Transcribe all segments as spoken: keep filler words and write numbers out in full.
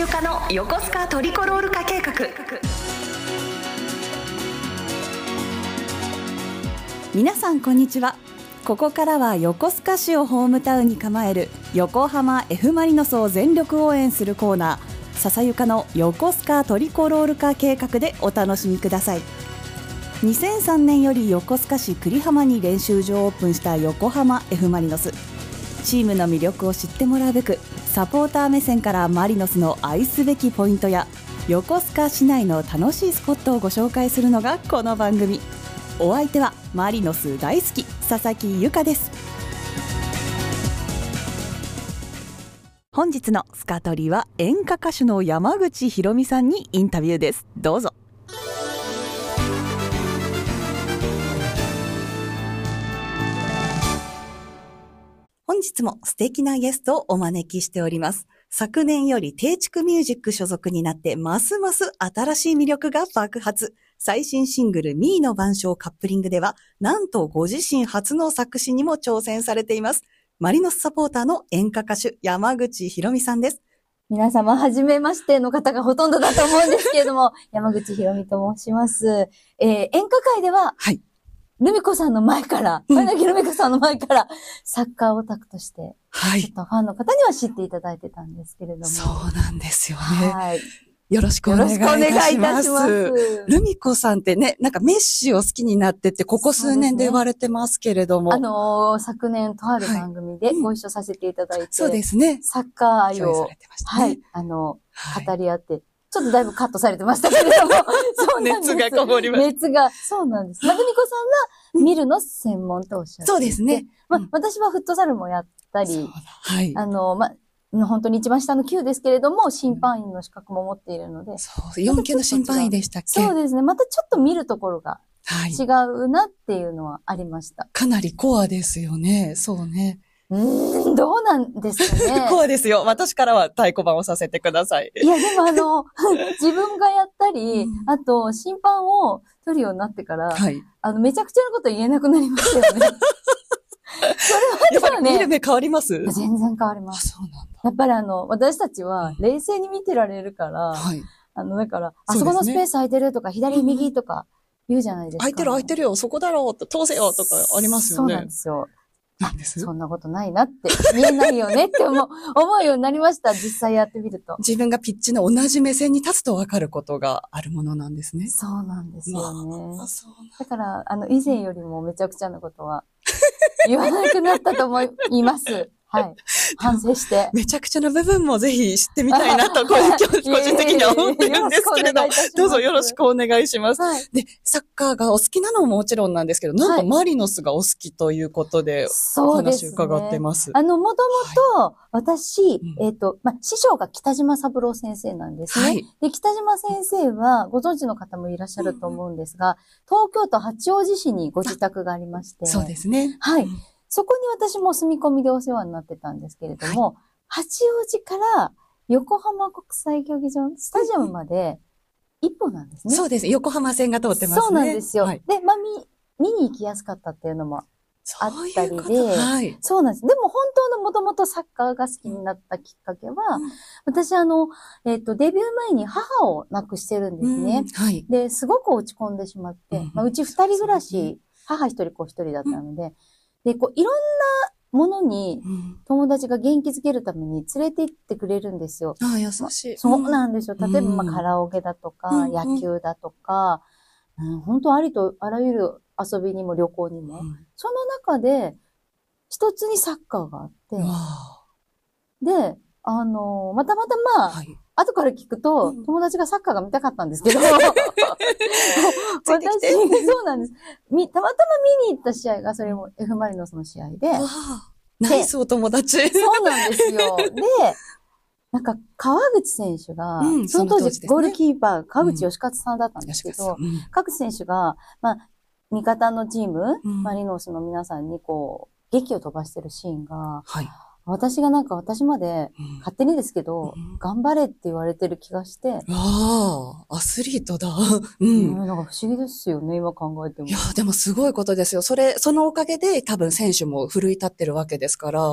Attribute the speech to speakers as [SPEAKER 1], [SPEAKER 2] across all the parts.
[SPEAKER 1] ゆかの横須賀トリコロール化計画。
[SPEAKER 2] 皆さんこんにちは。ここからは横須賀市をホームタウンに構える横浜 F マリノスを全力応援するコーナー、ささゆかの横須賀トリコロール化計画でお楽しみください。にせんさんねんより横須賀市久里浜に練習場をオープンした横浜 F マリノス。チームの魅力を知ってもらうべく、サポーター目線からマリノスの愛すべきポイントや横須賀市内の楽しいスポットをご紹介するのがこの番組。お相手はマリノス大好き佐々木由香です。本日のスカトリは演歌歌手の山口ひろみさんにインタビューです。どうぞ。本日も素敵なゲストをお招きしております。昨年より定築ミュージック所属になってますます新しい魅力が爆発。最新シングルミーの晩鐘カップリングでは、なんとご自身初の作詞にも挑戦されています。マリノスサポーターの演歌歌手山口ひろみさんです。
[SPEAKER 3] 皆様初めましての方がほとんどだと思うんですけれども山口ひろみと申します。えー、演歌界では、はい、ルミ子さんの前から、小柳ルミ子さんの前から、サッカーオタクとして、はい。ちょっとファンの方には知っていただいてたんですけれども。
[SPEAKER 2] そうなんですよね。
[SPEAKER 3] はい。
[SPEAKER 2] よろしくお願いいたします。よろしくお願いいたします。ルミ子さんってね、なんかメッシを好きになってって、ここ数年で言われてますけれども。
[SPEAKER 3] ね、あのー、昨年とある番組でご一緒させていただいて、はい、
[SPEAKER 2] そうですね。
[SPEAKER 3] サッカー愛を、ね、はい、あの、はい、語り合って、ちょっとだいぶカットされてましたけれども。そうなんです。
[SPEAKER 2] 熱がこもります。
[SPEAKER 3] 熱が。そうなんです。まあ、ルミ子さんは見るの専門とおっしゃって。
[SPEAKER 2] そうですね。
[SPEAKER 3] まあ、私はフットサルもやったり、
[SPEAKER 2] はい。
[SPEAKER 3] あの、まあ、本当に一番下の級ですけれども、審判員の資格も持っているので。
[SPEAKER 2] そう、よん級の審判員でしたっけ？
[SPEAKER 3] そうですね。またちょっと見るところが違うなっていうのはありました。はい、
[SPEAKER 2] かなりコアですよね。そうね。
[SPEAKER 3] うーん、どうなんですかね。
[SPEAKER 2] コアですよ。私からは太鼓判をさせてください。
[SPEAKER 3] いや、でもあの、自分がやったり、うん、あと、審判を取るようになってから、はい、あの、めちゃくちゃなこと言えなくなりましたよね。それはね。
[SPEAKER 2] 見る目変わります？
[SPEAKER 3] 全然変わります。
[SPEAKER 2] そうなんだ。
[SPEAKER 3] やっぱりあの、私たちは冷静に見てられるから、はい、あの、だから、ね、あそこのスペース空いてるとか、左右とか言うじゃないですか。
[SPEAKER 2] 空いてる空いてるよ、そこだろうと、通せよとかありますよね。
[SPEAKER 3] そうなんですよ。なんですそんなことないなって、見えないよねって思う、思うようになりました。実際やってみると。
[SPEAKER 2] 自分がピッチの同じ目線に立つと分かることがあるものなんですね。
[SPEAKER 3] そうなんですよね。まあ、そうなんだから、あの、以前よりもめちゃくちゃなことは言わなくなったと思います。はい。反省して。
[SPEAKER 2] めちゃくちゃな部分もぜひ知ってみたいなと、個人的には思ってるんですけれど、どうぞよろしくお願いします。はい、で、サッカーがお好きなのももちろんなんですけど、なんかマリノスがお好きということで、お話を伺ってます。
[SPEAKER 3] あの、もともと、私、えっと、ま、師匠が北島三郎先生なんですね。はい、で、北島先生は、ご存知の方もいらっしゃると思うんですが、東京都八王子市にご自宅がありまして。
[SPEAKER 2] そうですね。
[SPEAKER 3] はい。そこに私も住み込みでお世話になってたんですけれども、はい、八王子から横浜国際競技場、スタジアムまで一歩なんですね。
[SPEAKER 2] そうです。横浜線が通ってますね。
[SPEAKER 3] そうなんですよ。はい、で、まあ、見、見に行きやすかったっていうのもあったりで、そういうこと、はい、そうなんです。でも本当のもともとサッカーが好きになったきっかけは、うん、私あの、えっと、デビュー前に母を亡くしてるんですね。うん、はい、で、すごく落ち込んでしまって、うん、まあ、うち二人暮らし、母一人子一人だったので、うんで、こう、いろんなものに友達が元気づけるために連れて行ってくれるんですよ。
[SPEAKER 2] ああ、優しい。
[SPEAKER 3] そうなんですよ。例えば、まあ、カラオケだとか、うん、野球だとか、うん、本当ありとあらゆる遊びにも旅行にも。うん、その中で、一つにサッカーがあって、で、あのー、またまたまあ、はい、後から聞くと、うん、友達がサッカーが見たかったんですけど、私、そうなんです。み、たまたま見に行った試合が、それも F マリノスの試合で、
[SPEAKER 2] ナイスお友達。
[SPEAKER 3] そうなんですよ。で、なんか、川口選手が、うん、その当時、ね、ゴールキーパー、川口義勝さんだったんですけど、うん、川口選手が、まあ、味方のチーム、うん、マリノスの皆さんにこう、劇を飛ばしてるシーンが、はい、私がなんか私まで、勝手にですけど、うん、頑張れって言われてる気がして。
[SPEAKER 2] ああ、アスリートだ。
[SPEAKER 3] うん。なんか不思議ですよね、今考えても。
[SPEAKER 2] いや、でもすごいことですよ。それ、そのおかげで多分選手も奮い立ってるわけですから、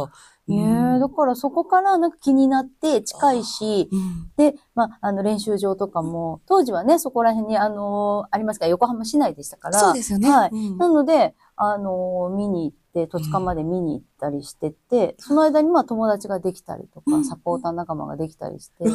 [SPEAKER 3] ねえ、だからそこからなんか気になって近いし、うん、で、まあ、あの練習場とかも、当時はね、そこら辺にあのー、ありますから、横浜市内でしたから。
[SPEAKER 2] そうですよね。
[SPEAKER 3] はい。
[SPEAKER 2] うん、
[SPEAKER 3] なので、あのー、見に行って、戸塚まで見に行ったりしてて、うん、その間にまあ友達ができたりとか、うん、サポーター仲間ができたりして、うん、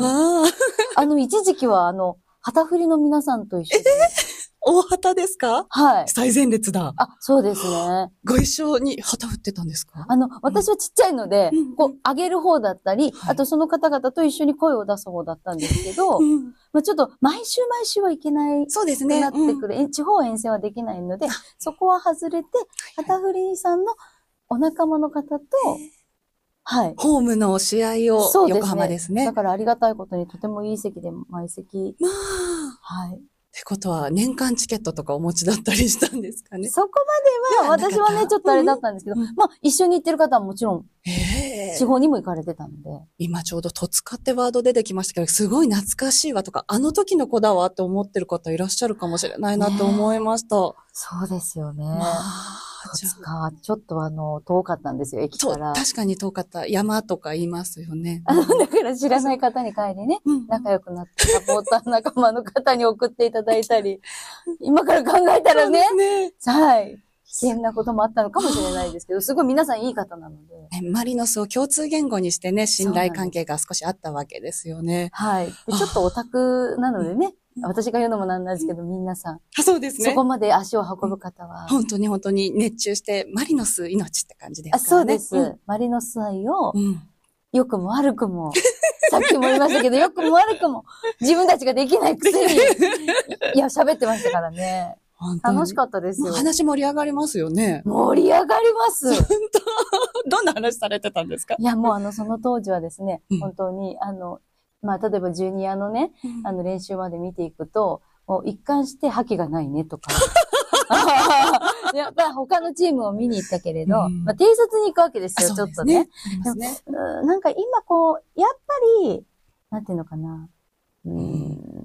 [SPEAKER 3] あの、一時期はあの、旗振りの皆さんと一緒に、
[SPEAKER 2] 大旗ですか？はい。最前列だ。
[SPEAKER 3] あ、そうですね。
[SPEAKER 2] ご一緒に旗振ってたんですか？
[SPEAKER 3] あの、私はちっちゃいので、うん、こう、上げる方だったり、はい、あとその方々と一緒に声を出す方だったんですけど、うん、まあちょっと、毎週毎週はいけない。そうですね。なってくる、うん。地方遠征はできないので、そこは外れて、旗振りさんのお仲間の方と、はい。
[SPEAKER 2] ホームの試合を横浜ですね。ですね。
[SPEAKER 3] だからありがたいことにとてもいい席で毎席。まあ。はい。
[SPEAKER 2] ってことは、年間チケットとかお持ちだったりしたんですかね。
[SPEAKER 3] そこまでは、私はね、ちょっとあれだったんですけど、うん、まあ、一緒に行ってる方はもちろん、地方にも行かれてたので。
[SPEAKER 2] 今ちょうど戸塚ってワード出てきましたけど、すごい懐かしいわとか、あの時の子だわって思ってる方いらっしゃるかもしれないなと思いました。
[SPEAKER 3] そうですよね。まあ戸塚、ちょっとあの、遠かったんですよ、駅から。
[SPEAKER 2] 確かに遠かった。山とか言いますよね。
[SPEAKER 3] あの、だから知らない方に帰りね、うん、仲良くなってサポーター仲間の方に送っていただいたり、今から考えたらね、ねはい。危険なこともあったのかもしれないですけど、すごい皆さんいい方なので。
[SPEAKER 2] マリノスを共通言語にしてね、信頼関係が少しあったわけですよね。
[SPEAKER 3] はい。でちょっとオタクなのでね、私が言うのもなんなんですけど、皆さん。
[SPEAKER 2] あ、そうですね。
[SPEAKER 3] そこまで足を運ぶ方は。
[SPEAKER 2] 本当に本当に熱中して、マリノス命って感じですかね。
[SPEAKER 3] あ、そうです。うん、マリノス愛を、うん、良くも悪くも、さっきも言いましたけど、良くも悪くも、自分たちができないくせに、いや、喋ってましたからね。楽しかったですよ。
[SPEAKER 2] 話盛り上がりますよね。
[SPEAKER 3] 盛り上がります。
[SPEAKER 2] 本当どんな話されてたんですか？
[SPEAKER 3] いや、もうあの、その当時はですね、うん、本当に、あの、まあ、例えばジュニアのね、うん、あの練習まで見ていくと、もう一貫して覇気がないねとか。やっぱり他のチームを見に行ったけれど、うん、まあ、偵察に行くわけですよ、すね、ちょっとね。ねうん、なんか今こう、やっぱり、なんていうのかな、うん、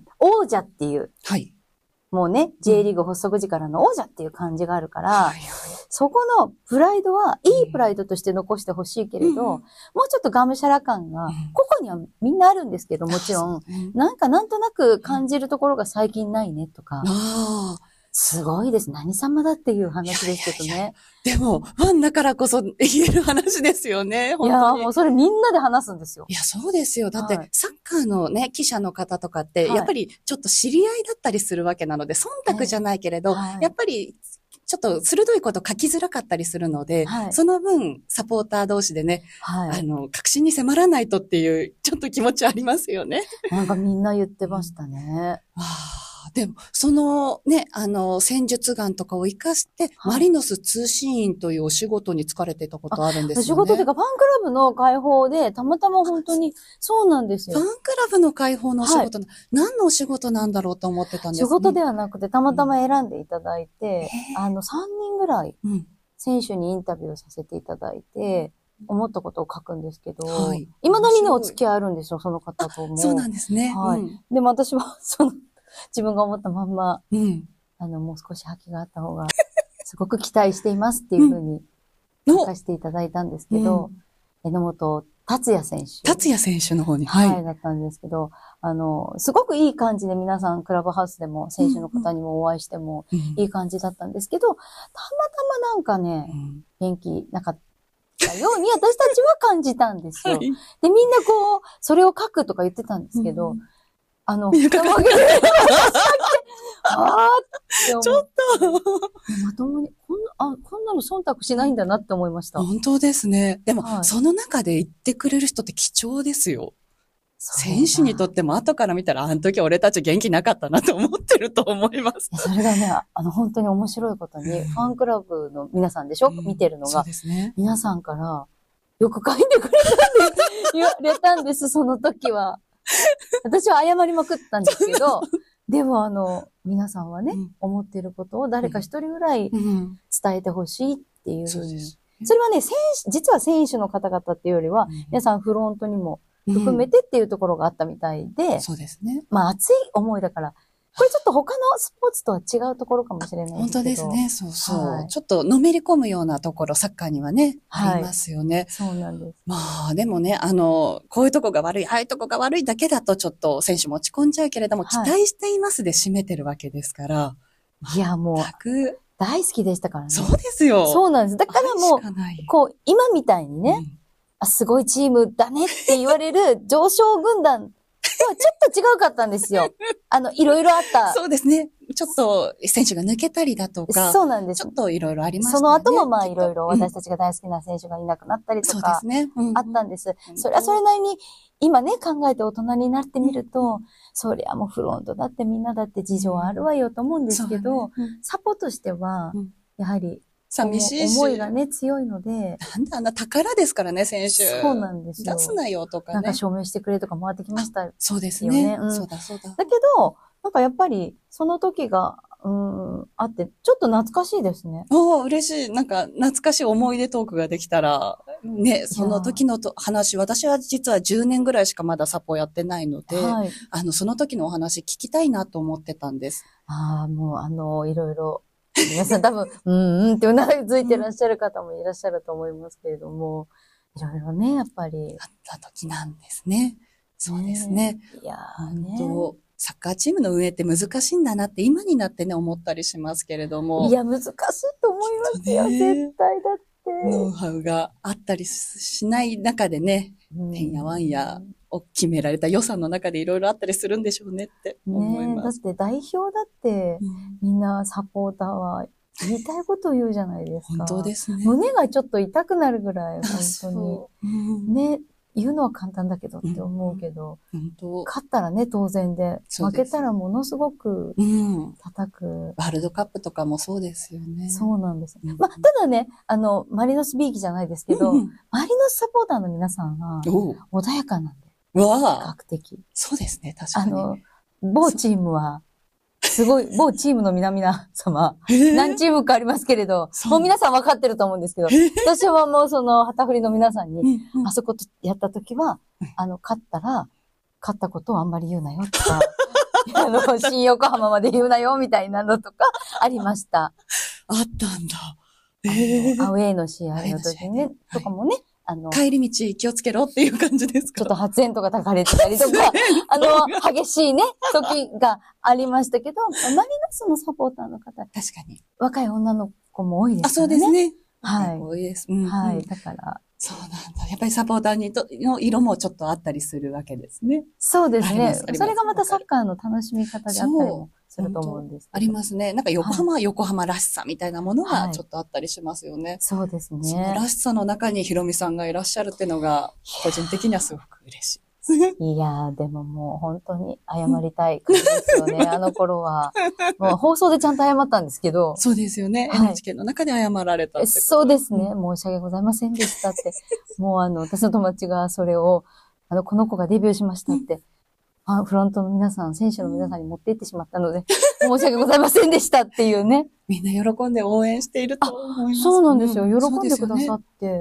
[SPEAKER 3] 王者っていう。はい。もうね、J リーグ発足時からの王者っていう感じがあるから、はいはい、そこのプライドは、いいプライドとして残してほしいけれど、うん、もうちょっとがむしゃら感が、個々にはみんなあるんですけど、もちろん、うん、なんかなんとなく感じるところが最近ないねとか、うんすごいです。何様だっていう話ですけどね。いやいやいや
[SPEAKER 2] でも、ファンだからこそ言える話ですよね。本当に。
[SPEAKER 3] いや、もうそれみんなで話すんですよ。
[SPEAKER 2] いや、そうですよ。だって、はい、サッカーのね、記者の方とかって、はい、やっぱりちょっと知り合いだったりするわけなので、忖度じゃないけれど、はい、やっぱり、ちょっと鋭いこと書きづらかったりするので、はい、その分、サポーター同士でね、はい、あの、確信に迫らないとっていう、ちょっと気持ちありますよね。
[SPEAKER 3] なんかみんな言ってましたね。
[SPEAKER 2] わーでも、そのね、あの、戦術眼とかを活かして、はい、マリノス通信員というお仕事に就かれてたことあるんですよね。
[SPEAKER 3] お仕事というか、ファンクラブの開放で、たまたま本当に、そうなんですよ。
[SPEAKER 2] ファンクラブの開放のお仕事、はい、何のお仕事なんだろうと思ってたんです
[SPEAKER 3] よ、ね。仕事ではなくて、たまたま選んでいただいて、うん、あの、さんにんぐらい、選手にインタビューをさせていただいて、思ったことを書くんですけど、はい。未だにね、お付き合いあるんですよ、その方とも。
[SPEAKER 2] そうなんですね。
[SPEAKER 3] はい。うん、でも私は、その、自分が思ったまんま、うん、あの、もう少し覇気があった方が、すごく期待していますっていうふうに書かせていただいたんですけど、うん、榎本達也選手。
[SPEAKER 2] 達也選手の方に。
[SPEAKER 3] はい。はい、だったんですけど、あの、すごくいい感じで皆さん、クラブハウスでも、選手の方にもお会いしても、いい感じだったんですけど、たまたまなんかね、うん、元気なかったように私たちは感じたんですよ。はい、で、みんなこう、それを書くとか言ってたんですけど、うんあの、あーって
[SPEAKER 2] ちょっと
[SPEAKER 3] まともに、こんな、あ、こんなの忖度しないんだなって思いました。
[SPEAKER 2] 本当ですね。でも、はい、その中で言ってくれる人って貴重ですよ。選手にとっても後から見たら、あの時俺たち元気なかったなと思ってると思います。
[SPEAKER 3] それがね、あの本当に面白いことに、うん、ファンクラブの皆さんでしょ、うん、見てるのが。
[SPEAKER 2] そうですね。
[SPEAKER 3] 皆さんから、よく書いてくれたんです。言われたんです、その時は。私は謝りまくったんですけど、でもあの、皆さんはね、うん、思っていることを誰か一人ぐらい伝えてほしいっていうふうに、うん。それはね、選手、実は選手の方々っていうよりは、うん、皆さんフロントにも含めてっていうところがあったみたいで、
[SPEAKER 2] うん、そうですね。
[SPEAKER 3] まあ熱い思いだから、 これちょっと他のスポーツとは違うところかもしれないですけど。
[SPEAKER 2] 本当ですね。そうそう、はい。ちょっとのめり込むようなところ、サッカーにはね、はい、ありますよね。
[SPEAKER 3] そうなんです。
[SPEAKER 2] まあ、でもね、あの、こういうとこが悪い、ああいうとこが悪いだけだとちょっと選手も落ち込んじゃうけれども、はい、期待していますで締めてるわけですから。
[SPEAKER 3] いや、もう、大好きでしたからね。
[SPEAKER 2] そうですよ。
[SPEAKER 3] そうなんです。だからもう、こう、今みたいにね、うん、あ、すごいチームだねって言われる上昇軍団とはちょっと違うかったんですよ。あの、いろいろあった。
[SPEAKER 2] そうですね。ちょっと選手が抜けたりだとか。
[SPEAKER 3] そうなんです。
[SPEAKER 2] ちょっといろいろありましたね。
[SPEAKER 3] その後もまあいろいろ私たちが大好きな選手がいなくなったりとか。そうですね。あったんです。それはそれなりに今ね考えて大人になってみると、うん、そりゃもうフロントだってみんなだって事情あるわよと思うんですけど、うんね、サポとしては、やはり、
[SPEAKER 2] 寂しいし。
[SPEAKER 3] 思いがね、強いので。
[SPEAKER 2] なんだ、あんな宝ですからね、選手。
[SPEAKER 3] そうなんですよ。
[SPEAKER 2] 出すなよとかね。
[SPEAKER 3] なんか証明してくれとか回ってきましたよね。
[SPEAKER 2] そうですね。うん、そうだそうだ。
[SPEAKER 3] だけど、なんかやっぱり、その時が、うん、あって、ちょっと懐かしいですね。
[SPEAKER 2] おー、嬉しい。なんか、懐かしい思い出トークができたら、ね、その時のと話、私は実はじゅうねんぐらいしかまだサポやってないので、はい、あの、その時のお話聞きたいなと思ってたんです。
[SPEAKER 3] ああ、もう、あの、いろいろ、皆さん多分、うんうんってうなずいてらっしゃる方もいらっしゃると思いますけれども、いろいろね、やっぱり。
[SPEAKER 2] あった時なんですね。そうですね。
[SPEAKER 3] いや
[SPEAKER 2] ーね。本当サッカーチームの運営って難しいんだなって今になってね思ったりしますけれども。
[SPEAKER 3] いや、難しいと思いますよ、ね、絶対だって。
[SPEAKER 2] ノウハウがあったりしない中でね、てんやわんやを決められた予算の中でいろいろあったりするんでしょうねって思います。
[SPEAKER 3] ね、だって代表だって、みんなサポーターは言いたいことを言うじゃないですか。
[SPEAKER 2] 本当ですね。
[SPEAKER 3] 胸がちょっと痛くなるぐらい、本当に。うん、ね。言うのは簡単だけどって思うけど、うん、勝ったらね、当然で、負けたらものすごく叩く、うん。
[SPEAKER 2] ワールドカップとかもそうですよね。
[SPEAKER 3] そうなんです。うん、まあ、ただね、あの、マリノスビーキじゃないですけど、うん、マリノスサポーターの皆さんは、穏やかなんで。
[SPEAKER 2] わ
[SPEAKER 3] 比較的。
[SPEAKER 2] そうですね、確かに。
[SPEAKER 3] あの、某チームは、すごい、某チームの皆々様、何チームかありますけれど、もう皆さん分かってると思うんですけど、私はもうその、旗振りの皆さんに、うんうん、あそことやった時は、あの、勝ったら、勝ったことをあんまり言うなよとか、あの、新横浜まで言うなよみたいなのとか、ありました。
[SPEAKER 2] あったんだ。
[SPEAKER 3] えー、アウェイの試合の時にね、はい、とかもね、
[SPEAKER 2] あの、帰り道気をつけろっていう感じですか？
[SPEAKER 3] ちょっと発煙とか焚かれてたりとか、あの、激しいね、時がありましたけど、マリノスのサポーターの方、
[SPEAKER 2] 確かに。
[SPEAKER 3] 若い女の子も多いですからね。
[SPEAKER 2] あ、そうですね。
[SPEAKER 3] はい。
[SPEAKER 2] 多いです。うん、
[SPEAKER 3] はい。だから。
[SPEAKER 2] そうなんだ。やっぱりサポーターにとの色もちょっとあったりするわけですね。
[SPEAKER 3] そうですね。それがまたサッカーの楽しみ方であったりもすると思うんです。
[SPEAKER 2] ありますね。なんか横浜は横浜らしさみたいなものがちょっとあったりしますよね。はい、
[SPEAKER 3] そうですね。
[SPEAKER 2] そのらしさの中にひろみさんがいらっしゃるっていうのが、個人的にはすごく嬉しい。
[SPEAKER 3] いやー、でももう本当に謝りたい感じですよね、あの頃は。もう放送でちゃんと謝ったんですけど。
[SPEAKER 2] そうですよね。はい、エヌエイチケー の中で謝られたってこと。
[SPEAKER 3] そうですね。申し訳ございませんでしたって。もうあの、私の友達がそれを、あの、この子がデビューしましたって、うん、フロントの皆さん、選手の皆さんに持って行ってしまったので、申し訳ございませんでしたっていうね。
[SPEAKER 2] みんな喜んで応援していると思います。
[SPEAKER 3] そうなんですよ。喜んでくださって。
[SPEAKER 2] うん。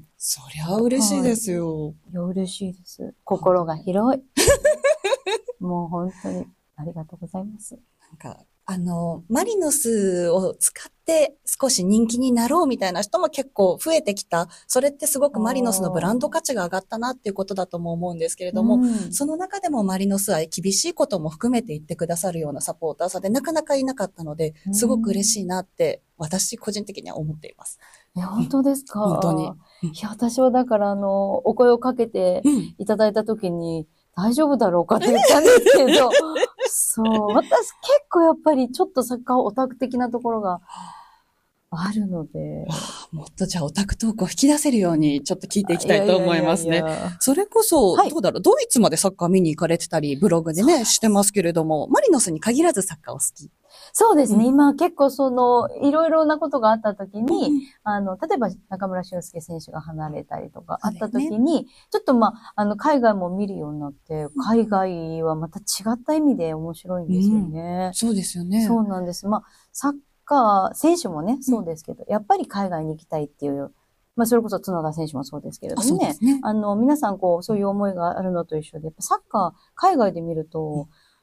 [SPEAKER 2] そりゃ嬉しいですよ。はい、
[SPEAKER 3] いや、嬉しいです。心が広い。もう本当にありがとうございます。
[SPEAKER 2] なんか、あの、マリノスを使って少し人気になろうみたいな人も結構増えてきた。それってすごくマリノスのブランド価値が上がったなっていうことだとも思うんですけれども、うん、その中でもマリノスは厳しいことも含めて言ってくださるようなサポーターさんでなかなかいなかったので、すごく嬉しいなって私個人的には思っています。
[SPEAKER 3] いや、本当ですか？
[SPEAKER 2] 本当に。
[SPEAKER 3] いや、私はだからあの、お声をかけていただいたときに、大丈夫だろうかって言ったんですけど、そう、私結構やっぱりちょっとサッカーオタク的なところがあるので。
[SPEAKER 2] もっとじゃあオタクトークを引き出せるようにちょっと聞いていきたいと思いますね。いやいやいやいや、それこそ、どうだろう、はい、ドイツまでサッカー見に行かれてたり、ブログでね、してますけれども、マリノスに限らずサッカーを好き？
[SPEAKER 3] そうですね。うん、今結構その、いろいろなことがあった時に、うん、あの、例えば中村俊輔選手が離れたりとかあった時に、ね、ちょっとまあ、あの、海外も見るようになって、海外はまた違った意味で面白いんですよね。
[SPEAKER 2] うん、そうですよね。
[SPEAKER 3] そうなんです。まあ、サッカー、選手もね、そうですけど、うん、やっぱり海外に行きたいっていう、まあ、それこそ角田選手もそうですけれどもね。あ、ね、あの、皆さんこう、そういう思いがあるのと一緒で、やっぱサッカー、海外で見ると、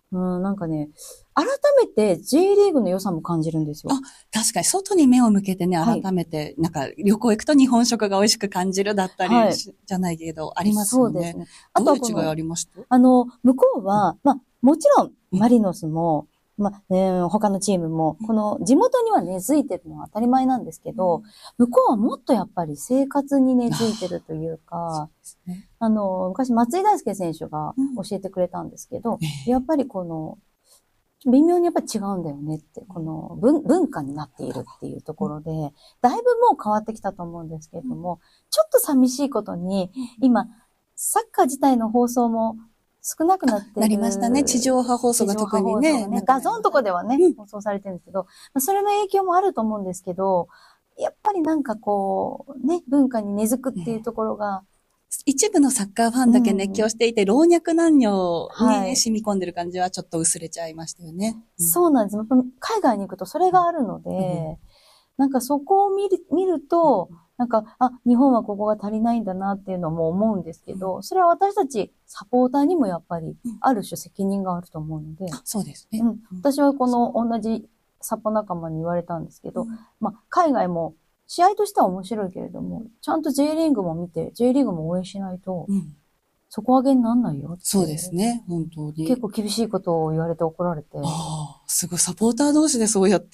[SPEAKER 3] うん、なんかね、改めて J リーグの良さも感じるんですよ。
[SPEAKER 2] あ、確かに外に目を向けてね、改めて、はい、なんか旅行行くと日本食が美味しく感じるだったり、はい、じゃないけど、ありますよね。そうですね。あとはどういう違いありました？
[SPEAKER 3] あの、向こうは、まあ、もちろん、マリノスも、うん、まあ、ね、他のチームも、この地元には根付いてるのは当たり前なんですけど、うん、向こうはもっとやっぱり生活に根付いてるというか、そうですね、あの、昔松井大輔選手が教えてくれたんですけど、うん、やっぱりこの、微妙にやっぱり違うんだよねって、この 文, 文化になっているっていうところで、だいぶもう変わってきたと思うんですけれども、ちょっと寂しいことに、今、サッカー自体の放送も少なくなってる。
[SPEAKER 2] なりましたね。地上波放送が特にね。
[SPEAKER 3] ね画像のとこではね、うん、放送されてるんですけど、それの影響もあると思うんですけど、やっぱりなんかこう、ね、文化に根付くっていうところが、
[SPEAKER 2] 一部のサッカーファンだけ熱狂していて、うん、老若男女に、ね、はい、染み込んでる感じはちょっと薄れちゃいましたよね。
[SPEAKER 3] うん、そうなんです。海外に行くとそれがあるので、うん、なんかそこを見る、見ると、うん、なんか、あ、日本はここが足りないんだなっていうのも思うんですけど、うん、それは私たちサポーターにもやっぱり、ある種責任があると思うので。
[SPEAKER 2] うん、そうですね。
[SPEAKER 3] うん。私はこの同じサポ仲間に言われたんですけど、うん、まあ、海外も、試合としては面白いけれども、ちゃんと J リーグも見て、J リーグも応援しないと、うん、底上げになんないよって。
[SPEAKER 2] そうですね、本当に。
[SPEAKER 3] 結構厳しいことを言われて怒られて。
[SPEAKER 2] ああ、すごい、サポーター同士でそうやって、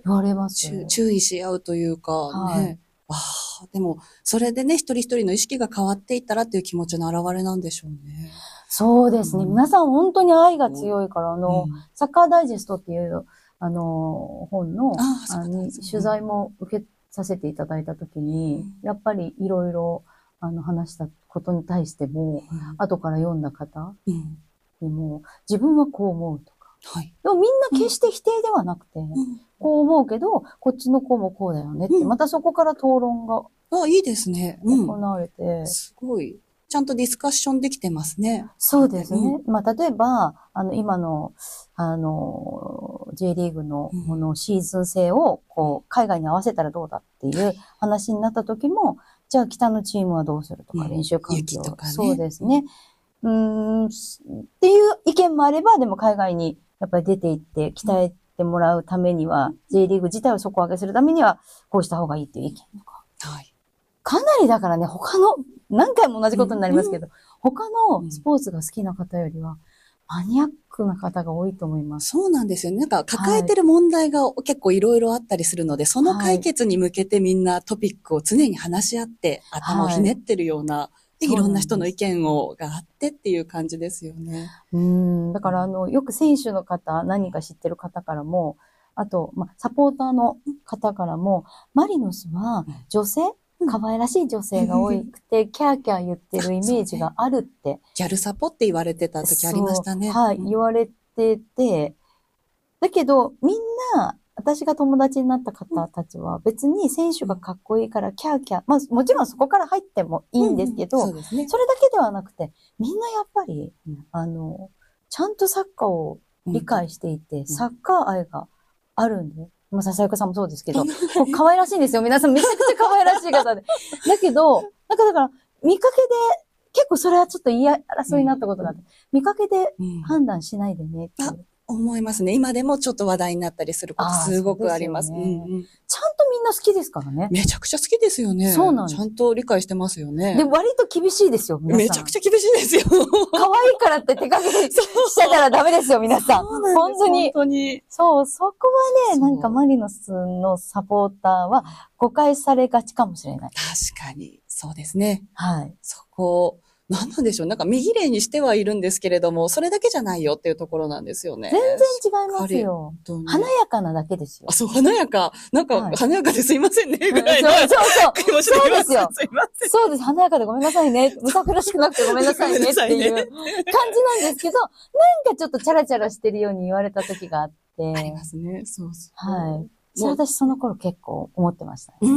[SPEAKER 3] 言われます、
[SPEAKER 2] ね、注意し合うというか、はい、ね。ああ、でも、それでね、一人一人の意識が変わっていったらっていう気持ちの表れなんでしょうね。
[SPEAKER 3] そうですね。うん、皆さん本当に愛が強いから、あの、うん、サッカーダイジェストっていう、あの、本の、ああに取材も受けさせていただいたときに、うん、やっぱりいろいろ、あの、話したことに対しても、うん、後から読んだ方にも、うん、自分はこう思うとか。はい。でもみんな決して否定ではなくて、うん、こう思うけど、こっちの子もこうだよねって、うん、またそこから討論が。
[SPEAKER 2] あ、いいですね。
[SPEAKER 3] 行われて、
[SPEAKER 2] うん。すごい。ちゃんとディスカッションできてますね。
[SPEAKER 3] そうですね。うん、まあ、例えば、あの、今の、あの、J リーグの、このシーズン制を、こう、海外に合わせたらどうだっていう話になった時も、じゃあ北のチームはどうするとか、うん、練習環境とか、ね。そうですね。うーん、っていう意見もあれば、でも海外にやっぱり出ていって鍛えてもらうためには、うん、J リーグ自体を底上げするためには、こうした方がいいっていう意見とか。はい。かなりだからね、他の、何回も同じことになりますけど、うん、他のスポーツが好きな方よりは、マニアックな方が多いと思います。
[SPEAKER 2] そうなんですよね。なんか抱えてる問題が結構いろいろあったりするので、はい、その解決に向けてみんなトピックを常に話し合って、はい、頭をひねってるような、はい、いろんな人の意見をがあってっていう感じですよね。
[SPEAKER 3] うん。だからあの、よく選手の方、何か知ってる方からも、あと、まあ、サポーターの方からも、マリノスは女性、うん可愛らしい女性が多くて、キャーキャー言ってるイメージがあるって。
[SPEAKER 2] ギャルサポって言われてた時ありましたね。
[SPEAKER 3] はい、言われてて、だけど、みんな、私が友達になった方たちは、別に選手がかっこいいから、キャーキャー、まあ、もちろんそこから入ってもいいんですけど、うんうん そうですね、それだけではなくて、みんなやっぱり、うん、あの、ちゃんとサッカーを理解していて、うん、サッカー愛があるんで、まあ、笹岡さんもそうですけど、可愛らしいんですよ。皆さんめちゃくちゃ可愛らしい方で。だけど、なんかだから、見かけで、結構それはちょっと言い争いになったことがあって、うん、見かけで判断しないでねっていう。
[SPEAKER 2] 思いますね。今でもちょっと話題になったりすることすごくあります。
[SPEAKER 3] ねうんうん、ちゃんとみんな好きですからね。
[SPEAKER 2] めちゃくちゃ好きですよね。そうなんです。ちゃんと理解してますよね。
[SPEAKER 3] で、割と厳しいですよ、皆さん。
[SPEAKER 2] めちゃくちゃ厳しいですよ。
[SPEAKER 3] 可愛いからって手加減してたらダメですよ、皆さん。そうなんです本当に。本当に。そう、そこはね、なんかマリノスのサポーターは誤解されがちかもしれない。
[SPEAKER 2] 確かに。そうですね。
[SPEAKER 3] はい。
[SPEAKER 2] そこ、なんなんでしょうなんか右霊にしてはいるんですけれども、それだけじゃないよっていうところなんですよね。
[SPEAKER 3] 全然違いますよ。華やかなだけですよ。
[SPEAKER 2] あ、そう、華やか。なんか、はい、華やかですいませんね、ぐらいの。
[SPEAKER 3] そうそうそう。そうですよ。
[SPEAKER 2] すいません。
[SPEAKER 3] そうです。華やかでごめんなさいね。むさ苦しくなくてごめんなさいねっていう感じなんですけど、なんかちょっとチャラチャラしてるように言われた時があって。
[SPEAKER 2] ありますね。そうそう。
[SPEAKER 3] はい。それ私その頃結構思ってましたね。
[SPEAKER 2] うん。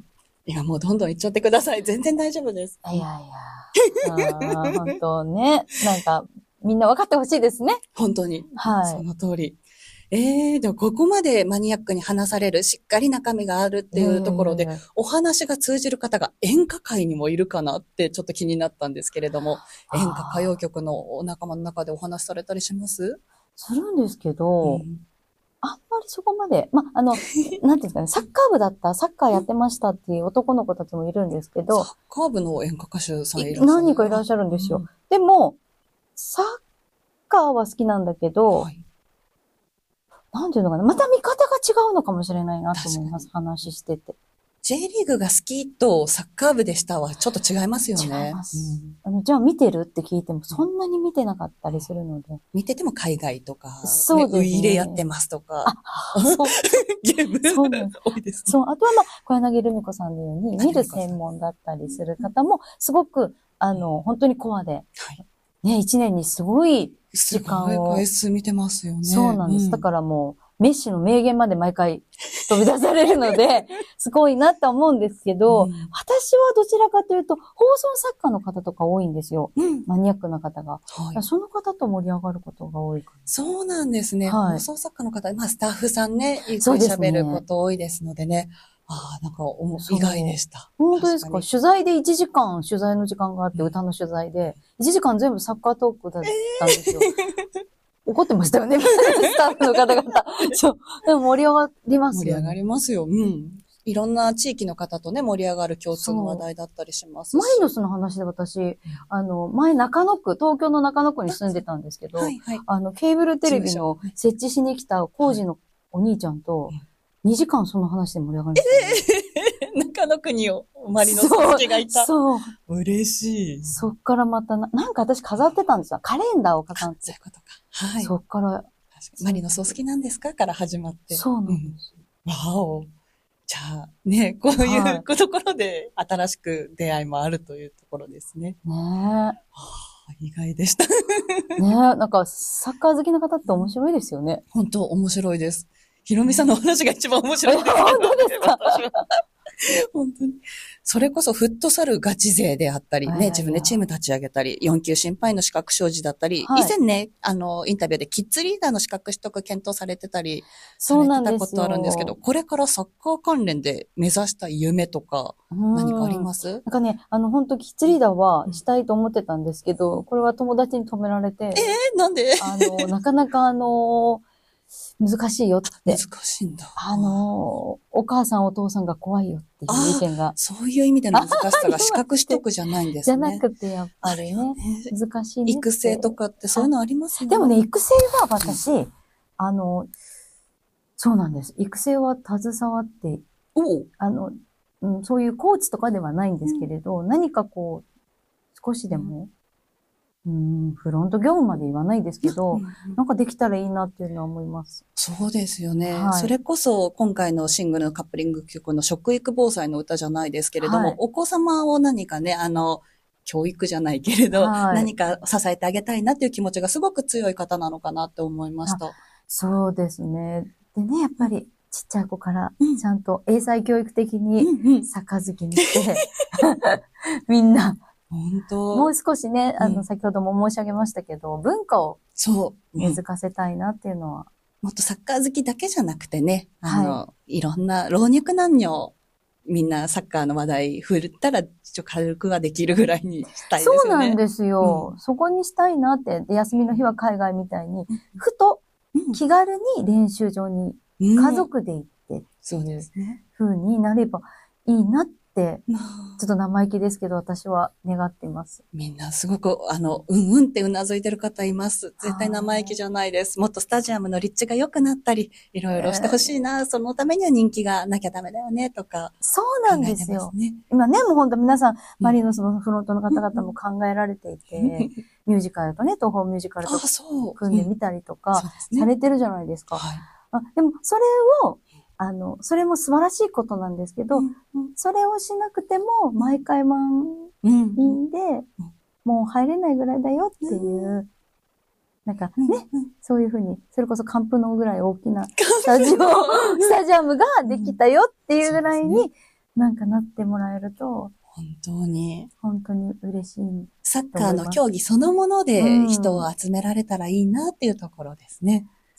[SPEAKER 2] いや、もうどんどん行っちゃってください。全然大丈夫です。
[SPEAKER 3] いやいや。本当ね。なんか、みんな分かってほしいですね。
[SPEAKER 2] 本当に。
[SPEAKER 3] はい。
[SPEAKER 2] その通り。ええー、でもここまでマニアックに話される、しっかり中身があるっていうところで、お話が通じる方が演歌界にもいるかなってちょっと気になったんですけれども、演歌歌謡曲のお仲間の中でお話しされたりします？
[SPEAKER 3] するんですけど、
[SPEAKER 2] うん、
[SPEAKER 3] あんまりそこまで、ま、あの、なんていうんですかね、サッカー部だった、サッカーやってましたっていう男の子たちもいるんですけど、
[SPEAKER 2] サッカー部の演歌歌手さんいらっしゃる。
[SPEAKER 3] 何人かいらっしゃるんですよ。うん、でも、サッカーは好きなんだけど、はい、なんていうのかな、また見方が違うのかもしれないなと思います、話してて。
[SPEAKER 2] J リーグが好きとサッカー部でしたはちょっと違いますよね。
[SPEAKER 3] 違います。うん、あの、じゃあ見てるって聞いてもそんなに見てなかったりするので。
[SPEAKER 2] 見てても海外とか、
[SPEAKER 3] そうですね。
[SPEAKER 2] ウイイレやってますとか。あ、そう。ゲームそうなんです。多いです、ね。
[SPEAKER 3] そう。あとはまあ、小柳ルミ子さんのように見る専門だったりする方も、すごく、あの、本当にコアで。はい。ね、一年にすごい時間を。
[SPEAKER 2] すごい回数見てますよね。
[SPEAKER 3] そうなんです。うん、だからもう、メッシの名言まで毎回飛び出されるので、すごいなって思うんですけど、うん、私はどちらかというと、放送作家の方とか多いんですよ。うん、マニアックな方が、はい。その方と盛り上がることが多いかな。
[SPEAKER 2] そうなんですね。はい、放送作家の方、まあスタッフさんね、いっぱい喋ること多いですのでね。ああ、なんか意外でした。
[SPEAKER 3] 本当ですか？取材でいちじかん取材の時間があって、うん、歌の取材で、いちじかん全部サッカートークだったんですよ。えー怒ってましたよね。スタッフの方々。そう。でも盛り上がりますよ、ね。
[SPEAKER 2] 盛り上がりますよ。うん。いろんな地域の方とね、盛り上がる共通の話題だったりしますし。
[SPEAKER 3] マイノスの話で私、あの、前中野区、東京の中野区に住んでたんですけど、はいはい、あの、ケーブルテレビの設置しに来た工事のお兄ちゃんと、にじかんその話で盛り上がりました、ね。
[SPEAKER 2] えー、中野区におマリノス好きがいた。
[SPEAKER 3] そう。
[SPEAKER 2] 嬉しい。
[SPEAKER 3] そっからまたな、なんか私飾ってたんですよ。カレンダーを飾って。
[SPEAKER 2] そういうことか。はい。
[SPEAKER 3] そっから。
[SPEAKER 2] マリノスお好きなんですかから始まって。
[SPEAKER 3] そうなんです。
[SPEAKER 2] うん、わお。じゃあ、ね、こういうところで新しく出会いもあるというところですね。
[SPEAKER 3] ねえ。
[SPEAKER 2] はあ、意外でした。
[SPEAKER 3] ねえ、なんかサッカー好きな方って面白いですよね。
[SPEAKER 2] 本当面白いです。ひろみさんのお話が一番面白いです。
[SPEAKER 3] 本当ですか？
[SPEAKER 2] 本当に。それこそフットサルガチ勢であったり、ね、自分でチーム立ち上げたり、よん級審判員の資格所持だったり、はい、以前ね、あの、インタビューでキッズリーダーの資格取得検討されてたり、
[SPEAKER 3] そうなんですよ。
[SPEAKER 2] されてたことあるんですけど、これからサッカー関連で目指したい夢とか、何かあります？
[SPEAKER 3] なんかね、あの、本当キッズリーダーはしたいと思ってたんですけど、これは友達に止められて。え
[SPEAKER 2] ー、なんで？
[SPEAKER 3] あの、なかなかあの、難しいよって。
[SPEAKER 2] 難しいんだ。
[SPEAKER 3] あの、お母さんお父さんが怖いよっていう意見が。
[SPEAKER 2] そういう意味での難しさが資格取得じゃないんですね。
[SPEAKER 3] じゃなくてやっぱりね、難しいね。
[SPEAKER 2] 育成とかってそういうのありますね。
[SPEAKER 3] でもね、育成は私、うん、あの、そうなんです。育成は携わって、
[SPEAKER 2] お
[SPEAKER 3] あの、うん、そういうコーチとかではないんですけれど、うん、何かこう、少しでも、うん、フロント業務まで言わないですけど、うんうん、なんかできたらいいなっていうのは思います。
[SPEAKER 2] そうですよね。はい、それこそ今回のシングルのカップリング曲の食育防災の歌じゃないですけれども、はい、お子様を何かね、あの、教育じゃないけれど、はい、何か支えてあげたいなっていう気持ちがすごく強い方なのかなって思いました。
[SPEAKER 3] そうですね。でね、やっぱりちっちゃい子からちゃんと英才教育的にサッカー好きにして、うんうん、みんな、
[SPEAKER 2] 本当。
[SPEAKER 3] もう少しね、あの、うん、先ほども申し上げましたけど、文化を根付かせたいなっていうのは。
[SPEAKER 2] もっとサッカー好きだけじゃなくてね、あの、はい、いろんな老若男女、みんなサッカーの話題振ったら、ちょっと軽くはできるぐらいにしたいですよね。
[SPEAKER 3] そうなんですよ。うん、そこにしたいなって、で、休みの日は海外みたいに、ふと気軽に練習場に家族で行ってっていう風になればいいなって、ちょっと生意気ですけど、私は願っています。
[SPEAKER 2] みんなすごく、あの、うんうんってうなずいてる方います。絶対生意気じゃないです。もっとスタジアムの立地が良くなったり、いろいろしてほしいな、えー、そのためには人気がなきゃダメだよね、とか、
[SPEAKER 3] そうなんですよ。ね、今ね、もう本当皆さん、マリノスのフロントの方々も考えられていて、うん、ミュージカルとね、東宝ミュージカルと組んでみたりとか、うん、されてるじゃないですか。はい、あでも、それを、あの、それも素晴らしいことなんですけど、うんうん、それをしなくても、毎回満員で、もう入れないぐらいだよっていう、うん、なんかね、うん、そういうふうに、それこそカンプノーぐらい大きなスタジオ、スタジアムができたよっていうぐらいに、なんかなってもらえると、
[SPEAKER 2] 本当に。
[SPEAKER 3] 本当に嬉しい。
[SPEAKER 2] サッカーの競技そのもので人を集められたらいいなっていうところですね。
[SPEAKER 3] うん、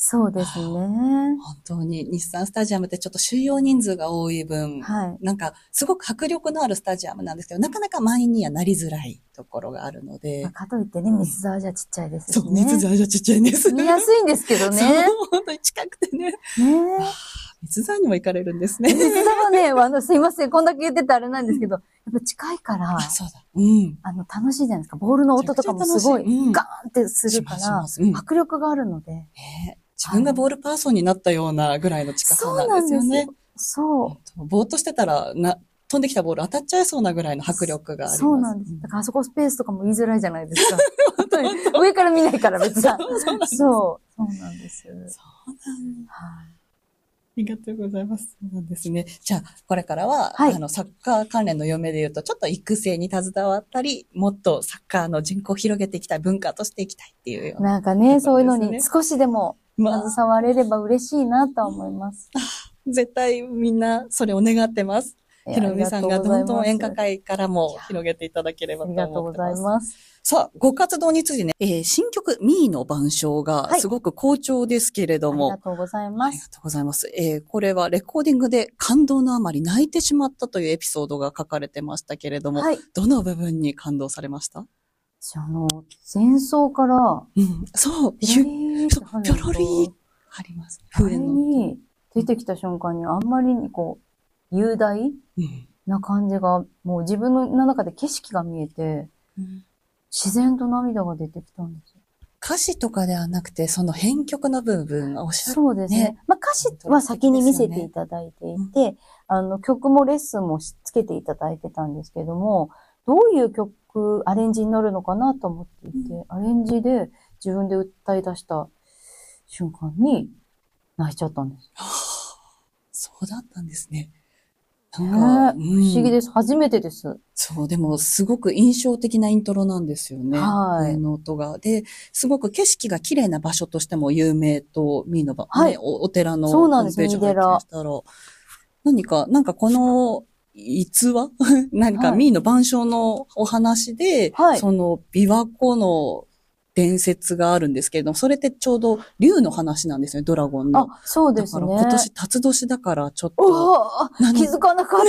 [SPEAKER 3] そうですね。
[SPEAKER 2] 本当に日産スタジアムってちょっと収容人数が多い分、はい、なんかすごく迫力のあるスタジアムなんですけど、なかなか満員にはなりづらいところがあるので。
[SPEAKER 3] まあ、かといってね、三ツ沢じゃちっちゃいですしね。
[SPEAKER 2] そう、三ツ沢じゃちっちゃいんです。
[SPEAKER 3] 見やすいんですけどね。そう、
[SPEAKER 2] 本当に近くてね。ね
[SPEAKER 3] え。
[SPEAKER 2] 三ツ沢にも行かれるんですね。
[SPEAKER 3] 三ツ沢ね、あの、すいません、こんだけ言ってたらあれなんですけど、やっぱ近いから、
[SPEAKER 2] あ、そうだ。うん。
[SPEAKER 3] あの、楽しいじゃないですか。ボールの音とかもすごい、ガーンってするから、うん、迫力があるので。
[SPEAKER 2] ね、自分がボールパーソンになったようなぐらいの近さなんですよね。
[SPEAKER 3] そう。
[SPEAKER 2] ぼーっとしてたら、な、飛んできたボール当たっちゃいそうなぐらいの迫力があります。
[SPEAKER 3] そうなんです。だからあそこスペースとかも言いづらいじゃないですか。上から見ないから別に。そう。そうなんです。そうなんです。
[SPEAKER 2] はい。ありがとうございます。そうなんですね。じゃあ、これからは、はい、あの、サッカー関連の嫁で言うと、ちょっと育成に携わったり、もっとサッカーの人口を広げていきたい、文化としていきたいっていうような、
[SPEAKER 3] なんかね、そういうのに少しでも携われれば嬉しいなと思います。
[SPEAKER 2] まあ、絶対みんなそれを願ってます。ひろみさんがどんどん演歌界からも広げていただければと思ってます。ありがとうございます。さあ、ご活動についてね、えー、新曲、ミーの晩鐘がすごく好調ですけれども、
[SPEAKER 3] はい、ありがとうございます。
[SPEAKER 2] ありがとうございます。えー、これはレコーディングで感動のあまり泣いてしまったというエピソードが書かれてましたけれども、はい、どの部分に感動されました？
[SPEAKER 3] あの、前奏から、
[SPEAKER 2] うん、そう、ピョロリー、そう、ピョロリー、あります。
[SPEAKER 3] 笛に出てきた瞬間にあんまりにこう、雄大な感じが、もう自分の中で景色が見えて、うん、自然と涙が出てきたんですよ。
[SPEAKER 2] 歌詞とかではなくて、その編曲の部分がおっしゃる、ね。
[SPEAKER 3] そうですね。まあ歌詞は先に見せていただいていて、ね、あの曲もレッスンもつけていただいてたんですけども、どういう曲、アレンジになるのかなと思っていて、うん、アレンジで自分で歌い出した瞬間に泣いちゃったんです。
[SPEAKER 2] はあ、そうだったんですね。
[SPEAKER 3] なんか、ね、うん、不思議です。初めてです。
[SPEAKER 2] そう、でもすごく印象的なイントロなんですよね。はい。の音が。で、すごく景色が綺麗な場所としても有名と、ミーの場、はい、ね、お, お寺のホームページを拝見したら、何か、なんかこの逸話何かミーの晩鐘のお話で、はい、その琵琶湖の伝説があるんですけれども、それってちょうど竜の話なんですよね、ドラゴンの。
[SPEAKER 3] あ、そうですね。
[SPEAKER 2] だから今年辰年だからちょっと。
[SPEAKER 3] お気づかなかった。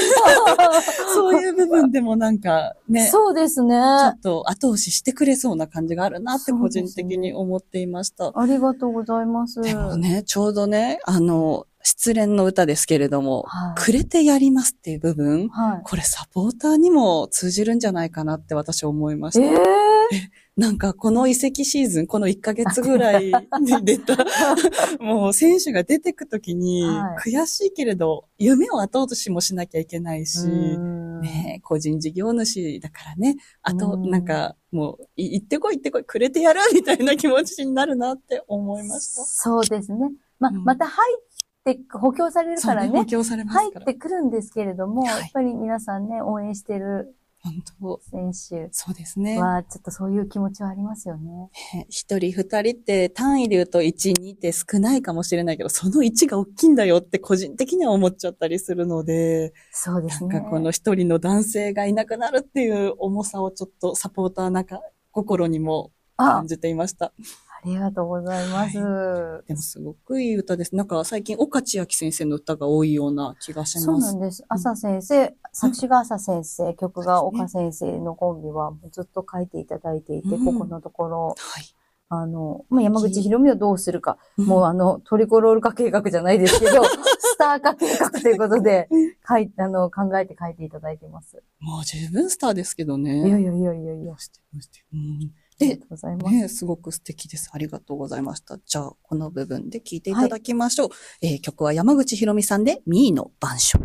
[SPEAKER 2] そういう部分でもなんかね。
[SPEAKER 3] そうですね。ち
[SPEAKER 2] ょっと後押ししてくれそうな感じがあるなって個人的に思っていました。
[SPEAKER 3] ね、ありがとうございます。
[SPEAKER 2] でもね、ちょうどね、あの、失恋の歌ですけれども、はい、くれてやりますっていう部分、はい、これサポーターにも通じるんじゃないかなって私は思いました。
[SPEAKER 3] えー
[SPEAKER 2] えなんかこの移籍シーズン、このいっかげつぐらいに出た、もう選手が出てくときに、悔しいけれど、夢を後押しもしなきゃいけないし、ね、個人事業主だからね、あと、なんかもう、行ってこい行ってこい、くれてやるみたいな気持ちになるなって思いました。
[SPEAKER 3] そうですね。ま、うん、また入って補強されるからね。
[SPEAKER 2] ね補強されますから。
[SPEAKER 3] 入ってくるんですけれども、はい、やっぱり皆さんね、応援してる。
[SPEAKER 2] 本当。
[SPEAKER 3] 選手。
[SPEAKER 2] そうですね。
[SPEAKER 3] は、ちょっとそういう気持ちはありますよね。
[SPEAKER 2] 一人二人って単位で言うといち、にって少ないかもしれないけど、そのいちが大きいんだよって個人的には思っちゃったりするので。
[SPEAKER 3] そうですね。
[SPEAKER 2] なんかこの一人の男性がいなくなるっていう重さをちょっとサポーター中、心にも感じていました。
[SPEAKER 3] ありがとうございます、は
[SPEAKER 2] い。でもすごくいい歌です。なんか最近岡千秋先生の歌が多いような気がします。
[SPEAKER 3] そうなんです。朝先生、うん、作詞が朝先生、曲が岡先生のコンビはずっと書いていただいていて、うん、ここのところ、はい、あの、まあ、山口ひろみをどうするか、うん、もうあの、トリコロール化計画じゃないですけど、スター化計画ということで、書いあの、考えて書いていただいてます。
[SPEAKER 2] もう十分スターですけどね。
[SPEAKER 3] いやいやいやいやいや。
[SPEAKER 2] うんで、ね、すごく素敵です。ありがとうございました。じゃあ、この部分で聴いていただきましょう。はい、えー、曲は山口ひろみさんで、ミーの晩鐘。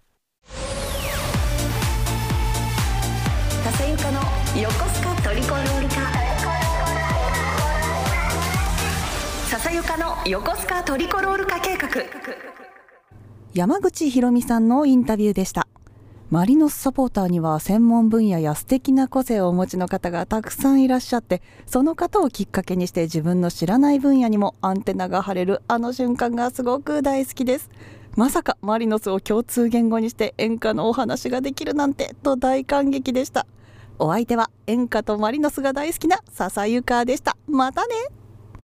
[SPEAKER 1] 笹ゆかの横須賀トリコロール化。笹ゆかの横須賀トリコロール化計画。
[SPEAKER 2] 山口ひろみさんのインタビューでした。マリノスサポーターには専門分野や素敵な個性をお持ちの方がたくさんいらっしゃって、その方をきっかけにして自分の知らない分野にもアンテナが張れるあの瞬間がすごく大好きです。まさかマリノスを共通言語にして演歌のお話ができるなんてと大感激でした。お相手は演歌とマリノスが大好きな笹ゆかでした。またね。